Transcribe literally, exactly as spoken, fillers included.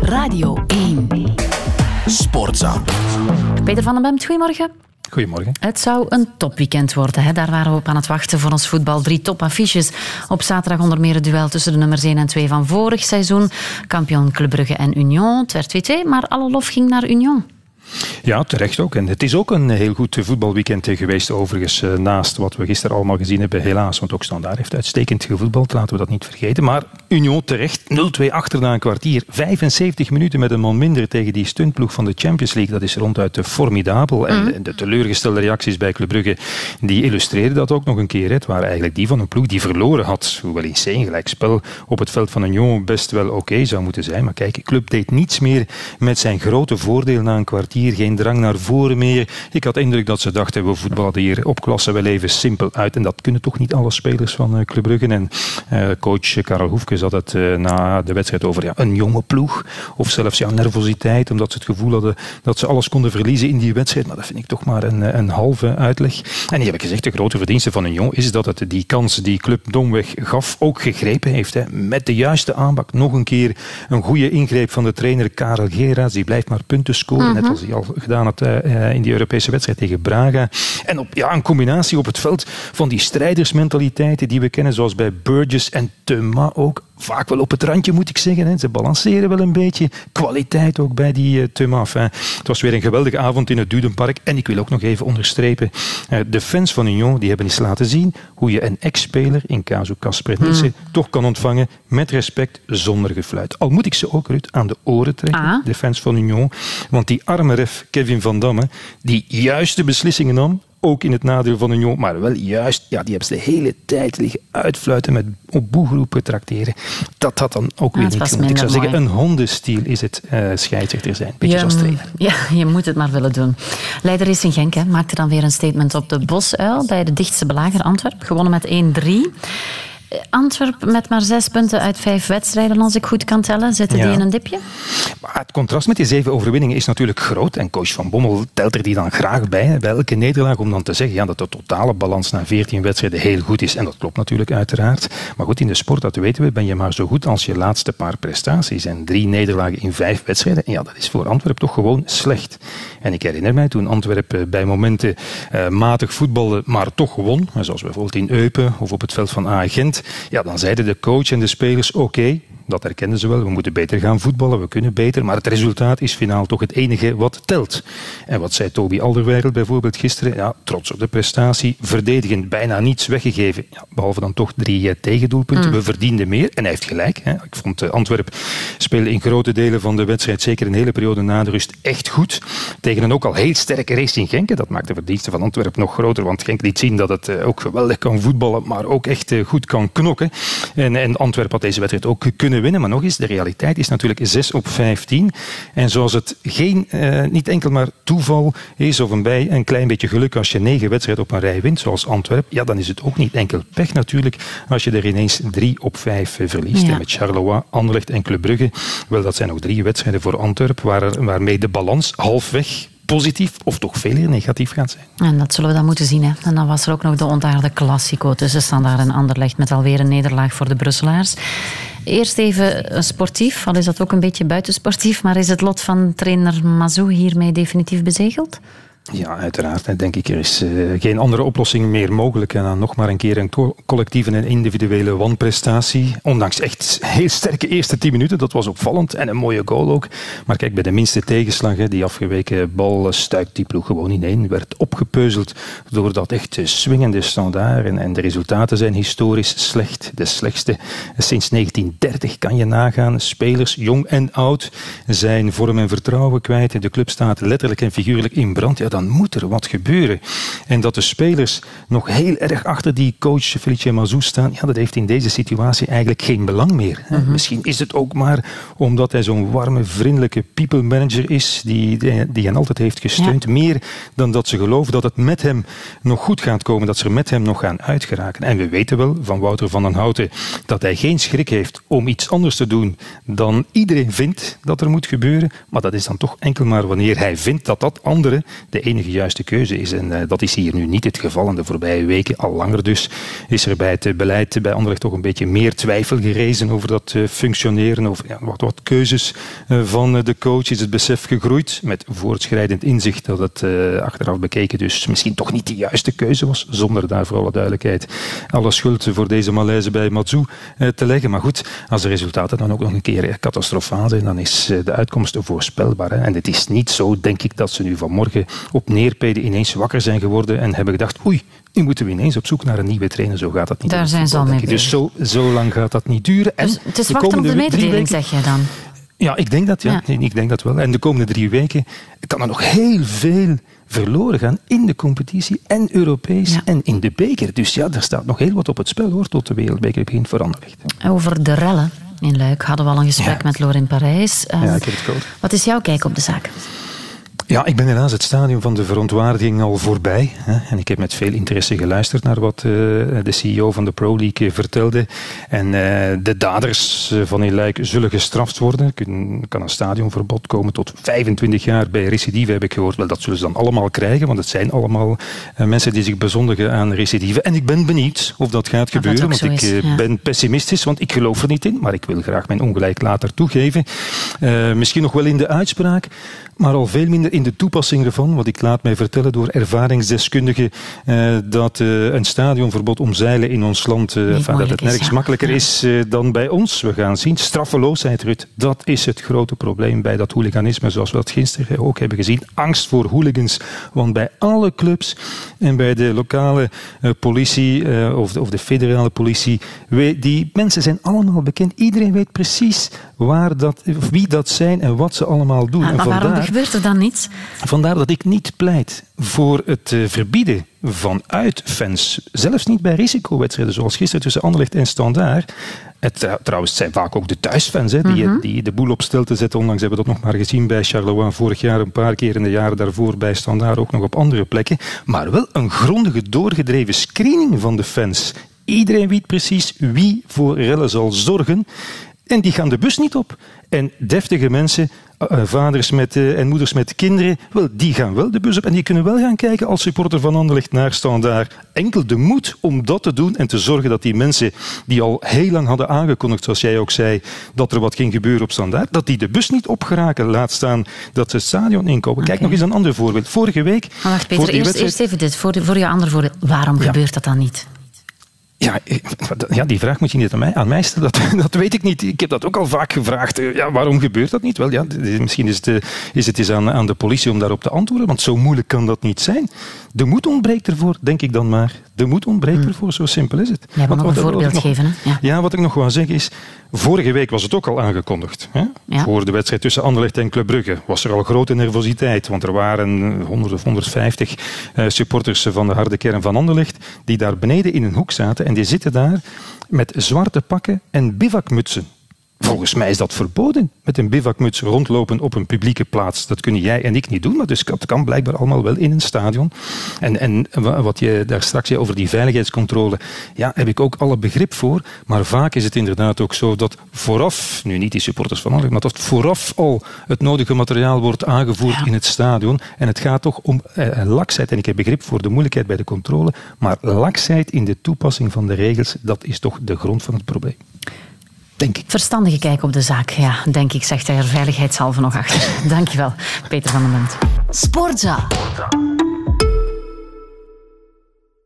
Radio één. Sportza. Peter van den Bemt, goedemorgen. Goedemorgen. Het zou een topweekend worden. Hè? Daar waren we op aan het wachten voor ons voetbal. Drie topaffiches. Op zaterdag onder meer het duel tussen de nummers één en twee van vorig seizoen. Kampioen Club Brugge en Union. Het werd twee twee, maar alle lof ging naar Union. Ja, terecht ook. En het is ook een heel goed voetbalweekend geweest, overigens, naast wat we gisteren allemaal gezien hebben, helaas. Want ook Standaard heeft uitstekend gevoetbald, laten we dat niet vergeten. Maar Union terecht, nul twee achter na een kwartier. vijfenzeventig minuten met een man minder tegen die stuntploeg van de Champions League. Dat is ronduit formidabel. En mm. de teleurgestelde reacties bij Club Brugge, die illustreren dat ook nog een keer. Het waren eigenlijk die van een ploeg die verloren had. Hoewel in zee gelijkspel op het veld van Union best wel oké okay zou moeten zijn. Maar kijk, Club deed niets meer met zijn grote voordeel na een kwartier. Geen drang naar voren meer. Ik had de indruk dat ze dachten, we voetballen hier op klasse wel even simpel uit. En dat kunnen toch niet alle spelers van Club Brugge. En uh, coach Karel Hoefkes had het uh, na de wedstrijd over ja, een jonge ploeg. Of zelfs ja, nervositeit, omdat ze het gevoel hadden dat ze alles konden verliezen in die wedstrijd. Maar dat vind ik toch maar een, een halve uitleg. En hier heb ik gezegd, de grote verdienste van Union is dat het die kans die Club domweg gaf ook gegrepen heeft. Hè. Met de juiste aanpak. Nog een keer een goede ingreep van de trainer Karel Geraerts. Die blijft maar punten scoren. Mm-hmm. Net als hij al gedaan had uh, in die Europese wedstrijd tegen Braga. En op, ja, een combinatie op het veld van die strijdersmentaliteiten die we kennen, zoals bij Burgess en Thuma ook. Vaak wel op het randje, moet ik zeggen. Hè. Ze balanceren wel een beetje. Kwaliteit ook bij die uh, Thuma. Het was weer een geweldige avond in het Dudenpark. En ik wil ook nog even onderstrepen. Uh, de fans van Union die hebben eens laten zien hoe je een ex-speler, in casu Kasper Nielsen, mm. toch kan ontvangen met respect, zonder gefluit. Al moet ik ze ook, Ruud, aan de oren trekken, ah. de fans van Union. Want die arme ref Kevin Van Damme, die juist de beslissingen nam, ook in het nadeel van Union, maar wel juist, ja, die hebben ze de hele tijd liggen uitfluiten met op boegroepen trakteren. Dat had dan ook weer ja, niet genoeg. Ik zou mooi. zeggen, een hondenstiel is het uh, scheidsrechter zijn. Beetje je, zoals trainer. Ja, je moet het maar willen doen. Leider is in Genk, hè, maakte dan weer een statement op de Bosuil bij de dichtste belager Antwerp. Gewonnen met één drie. Antwerp met maar zes punten uit vijf wedstrijden, als ik goed kan tellen. Zitten ja. die in een dipje? Maar het contrast met die zeven overwinningen is natuurlijk groot. En coach Van Bommel telt er die dan graag bij, hè, bij elke nederlaag, om dan te zeggen ja, dat de totale balans na veertien wedstrijden heel goed is. En dat klopt natuurlijk uiteraard. Maar goed, in de sport, dat weten we, ben je maar zo goed als je laatste paar prestaties. En drie nederlagen in vijf wedstrijden. En ja, dat is voor Antwerp toch gewoon slecht. En ik herinner mij toen Antwerp bij momenten uh, matig voetbalde, maar toch won. Zoals bijvoorbeeld in Eupen of op het veld van A Gent. Ja, dan zeiden de coach en de spelers, oké, okay, dat herkennen ze wel, we moeten beter gaan voetballen, we kunnen beter, maar het resultaat is finaal toch het enige wat telt. En wat zei Toby Alderweireld bijvoorbeeld gisteren? Ja, trots op de prestatie, verdedigend bijna niets weggegeven, ja, behalve dan toch drie uh, tegendoelpunten. Mm. We verdienden meer, en hij heeft gelijk. Hè. Ik vond uh, Antwerp spelen in grote delen van de wedstrijd, zeker een hele periode na de rust, echt goed. Tegen een ook al heel sterke Racing Genk. Dat maakt de verdienste van Antwerp nog groter, want Genk liet zien dat het uh, ook geweldig kan voetballen, maar ook echt uh, goed kan knokken. En, en Antwerp had deze wedstrijd ook kunnen winnen, maar nog eens, de realiteit is natuurlijk zes op vijftien. En zoals het geen, uh, niet enkel maar toeval is of een, bij, een klein beetje geluk als je negen wedstrijden op een rij wint, zoals Antwerp, ja, dan is het ook niet enkel pech natuurlijk als je er ineens drie op vijf verliest. Ja. En met Charleroi, Anderlecht en Club Brugge, wel, dat zijn nog drie wedstrijden voor Antwerp, waar, waarmee de balans halfweg positief of toch veel meer negatief gaat zijn. En dat zullen we dan moeten zien. Hè. En dan was er ook nog de ontaarde Classico tussen Standaard en Anderlecht met alweer een nederlaag voor de Brusselaars. Eerst even sportief, al is dat ook een beetje buitensportief, maar is het lot van trainer Mazou hiermee definitief bezegeld? Ja, uiteraard. Denk ik, er is uh, geen andere oplossing meer mogelijk. En dan nog maar een keer een co- collectieve en individuele wanprestatie. Ondanks echt heel sterke eerste tien minuten. Dat was opvallend. En een mooie goal ook. Maar kijk, bij de minste tegenslag, hè, die afgeweken bal, stuikt die ploeg gewoon ineen. Werd opgepeuzeld door dat echt swingende Standaard. En, en de resultaten zijn historisch slecht. De slechtste sinds negentien dertig kan je nagaan. Spelers, jong en oud, zijn vorm en vertrouwen kwijt. De club staat letterlijk en figuurlijk in brand. Ja, dan moet er wat gebeuren. En dat de spelers nog heel erg achter die coach Felice Mazou staan, ja, dat heeft in deze situatie eigenlijk geen belang meer. Mm-hmm. Misschien is het ook maar omdat hij zo'n warme, vriendelijke people manager is, die, die, die hen altijd heeft gesteund. Ja. Meer dan dat ze geloven dat het met hem nog goed gaat komen, dat ze er met hem nog gaan uitgeraken. En we weten wel van Wouter van den Houten dat hij geen schrik heeft om iets anders te doen dan iedereen vindt dat er moet gebeuren. Maar dat is dan toch enkel maar wanneer hij vindt dat dat andere de enige juiste keuze is. En uh, dat is hier nu niet het geval. En de voorbije weken, al langer dus, is er bij het beleid bij Anderlecht toch een beetje meer twijfel gerezen over dat uh, functioneren, over ja, wat, wat keuzes uh, van uh, de coach. Is het besef gegroeid met voortschrijdend inzicht dat het uh, achteraf bekeken dus misschien toch niet de juiste keuze was, zonder daar voor alle duidelijkheid alle schuld voor deze malaise bij Matsou uh, te leggen. Maar goed, als de resultaten dan ook nog een keer catastrofaal zijn, dan is uh, de uitkomst voorspelbaar. Hè. En het is niet zo, denk ik, dat ze nu vanmorgen op neerpeden ineens wakker zijn geworden en hebben gedacht, oei, nu moeten we ineens op zoek naar een nieuwe trainer. Zo gaat dat niet. Daar zijn ze al mee bezig. Dus zo, zo lang gaat dat niet duren. En dus het is wachten op de mededeling, weken, zeg jij dan? Ja, ik denk dat, ja. ja. Ik denk dat wel. En de komende drie weken kan er nog heel veel verloren gaan in de competitie en Europees ja. en in de beker. Dus ja, er staat nog heel wat op het spel, hoor, tot de wereldbeker begint voor Anderlecht. Over de rellen in Luik hadden we al een gesprek ja. met Laurent Parijs. Uh, ja, ik heb het gehoord. Wat is jouw kijk op de zaak? Ja, ik ben helaas het stadium van de verontwaardiging al voorbij. Hè. En ik heb met veel interesse geluisterd naar wat uh, de C E O van de Pro League vertelde. En uh, de daders van in Luik zullen gestraft worden. Er kan een stadionverbod komen tot vijfentwintig jaar bij recidive, heb ik gehoord. Wel, dat zullen ze dan allemaal krijgen, want het zijn allemaal uh, mensen die zich bezondigen aan recidive. En ik ben benieuwd of dat gaat of gebeuren, dat want ik uh, ja. ben pessimistisch, want ik geloof er niet in. Maar ik wil graag mijn ongelijk later toegeven. Uh, misschien nog wel in de uitspraak, maar al veel minder in de toepassing ervan, want ik laat mij vertellen door ervaringsdeskundigen uh, dat uh, een stadionverbod omzeilen in ons land, uh, enfin, dat het nergens is, ja. makkelijker ja. is uh, dan bij ons. We gaan zien. Straffeloosheid, Ruud, dat is het grote probleem bij dat hooliganisme, zoals we dat gisteren ook hebben gezien. Angst voor hooligans, want bij alle clubs en bij de lokale uh, politie uh, of, de, of de federale politie, we, die mensen zijn allemaal bekend. Iedereen weet precies waar dat, wie dat zijn en wat ze allemaal doen. Ah, maar vandaar, waarom gebeurt er dan niets? Vandaar dat ik niet pleit voor het uh, verbieden van uitfans. Zelfs niet bij risicowedstrijden, zoals gisteren tussen Anderlecht en Standaard. Het, trouwens, het zijn vaak ook de thuisfans hè, die, mm-hmm. die de boel op stel te zetten. Onlangs hebben we dat nog maar gezien bij Charleroi vorig jaar, een paar keer in de jaren daarvoor bij Standaard, ook nog op andere plekken. Maar wel een grondige, doorgedreven screening van de fans. Iedereen weet precies wie voor rellen zal zorgen. En die gaan de bus niet op. En deftige mensen, uh, vaders met, uh, en moeders met kinderen, wel, die gaan wel de bus op. En die kunnen wel gaan kijken als supporter van Anderlecht naar Standaard. Enkel de moed om dat te doen en te zorgen dat die mensen die al heel lang hadden aangekondigd, zoals jij ook zei, dat er wat ging gebeuren op Standaard, dat die de bus niet opgeraken. Laat staan dat ze het stadion inkomen. Kijk, okay. nog eens een ander voorbeeld. Vorige week... Maar wacht, Peter, eerst, wedstrijd... eerst even dit. Voor, de, voor je andere voorbeeld. Waarom ja. gebeurt dat dan niet? Ja, ja, die vraag moet je niet aan mij, aan mij stellen. Dat, dat weet ik niet. Ik heb dat ook al vaak gevraagd. Ja, waarom gebeurt dat niet? Wel, ja, misschien is het, is het eens aan, aan de politie om daarop te antwoorden, want zo moeilijk kan dat niet zijn. De moed ontbreekt ervoor, denk ik dan maar. De moed ontbreekt hmm. ervoor, zo simpel is het. Jij wil nog een voorbeeld nog, geven, hè? Ja. ja, wat ik nog wou zeggen is, vorige week was het ook al aangekondigd. Hè? Ja. Voor de wedstrijd tussen Anderlecht en Club Brugge was er al grote nervositeit, want er waren honderd of honderdvijftig uh, supporters van de harde kern van Anderlecht die daar beneden in een hoek zaten en die zitten daar met zwarte pakken en bivakmutsen. Volgens mij is dat verboden, met een bivakmuts rondlopen op een publieke plaats. Dat kunnen jij en ik niet doen, maar dus dat kan blijkbaar allemaal wel in een stadion. En, en wat je daar straks zei over die veiligheidscontrole, ja, heb ik ook alle begrip voor. Maar vaak is het inderdaad ook zo dat vooraf, nu niet die supporters van Anderlecht, maar dat vooraf al het nodige materiaal wordt aangevoerd ja. in het stadion. En het gaat toch om eh, laksheid. En ik heb begrip voor de moeilijkheid bij de controle, maar laksheid in de toepassing van de regels, dat is toch de grond van het probleem. Denk ik. Verstandige kijk op de zaak, ja, denk ik, zegt hij er veiligheidshalve nog achter. Dankjewel, Peter van den Bent. Sportza.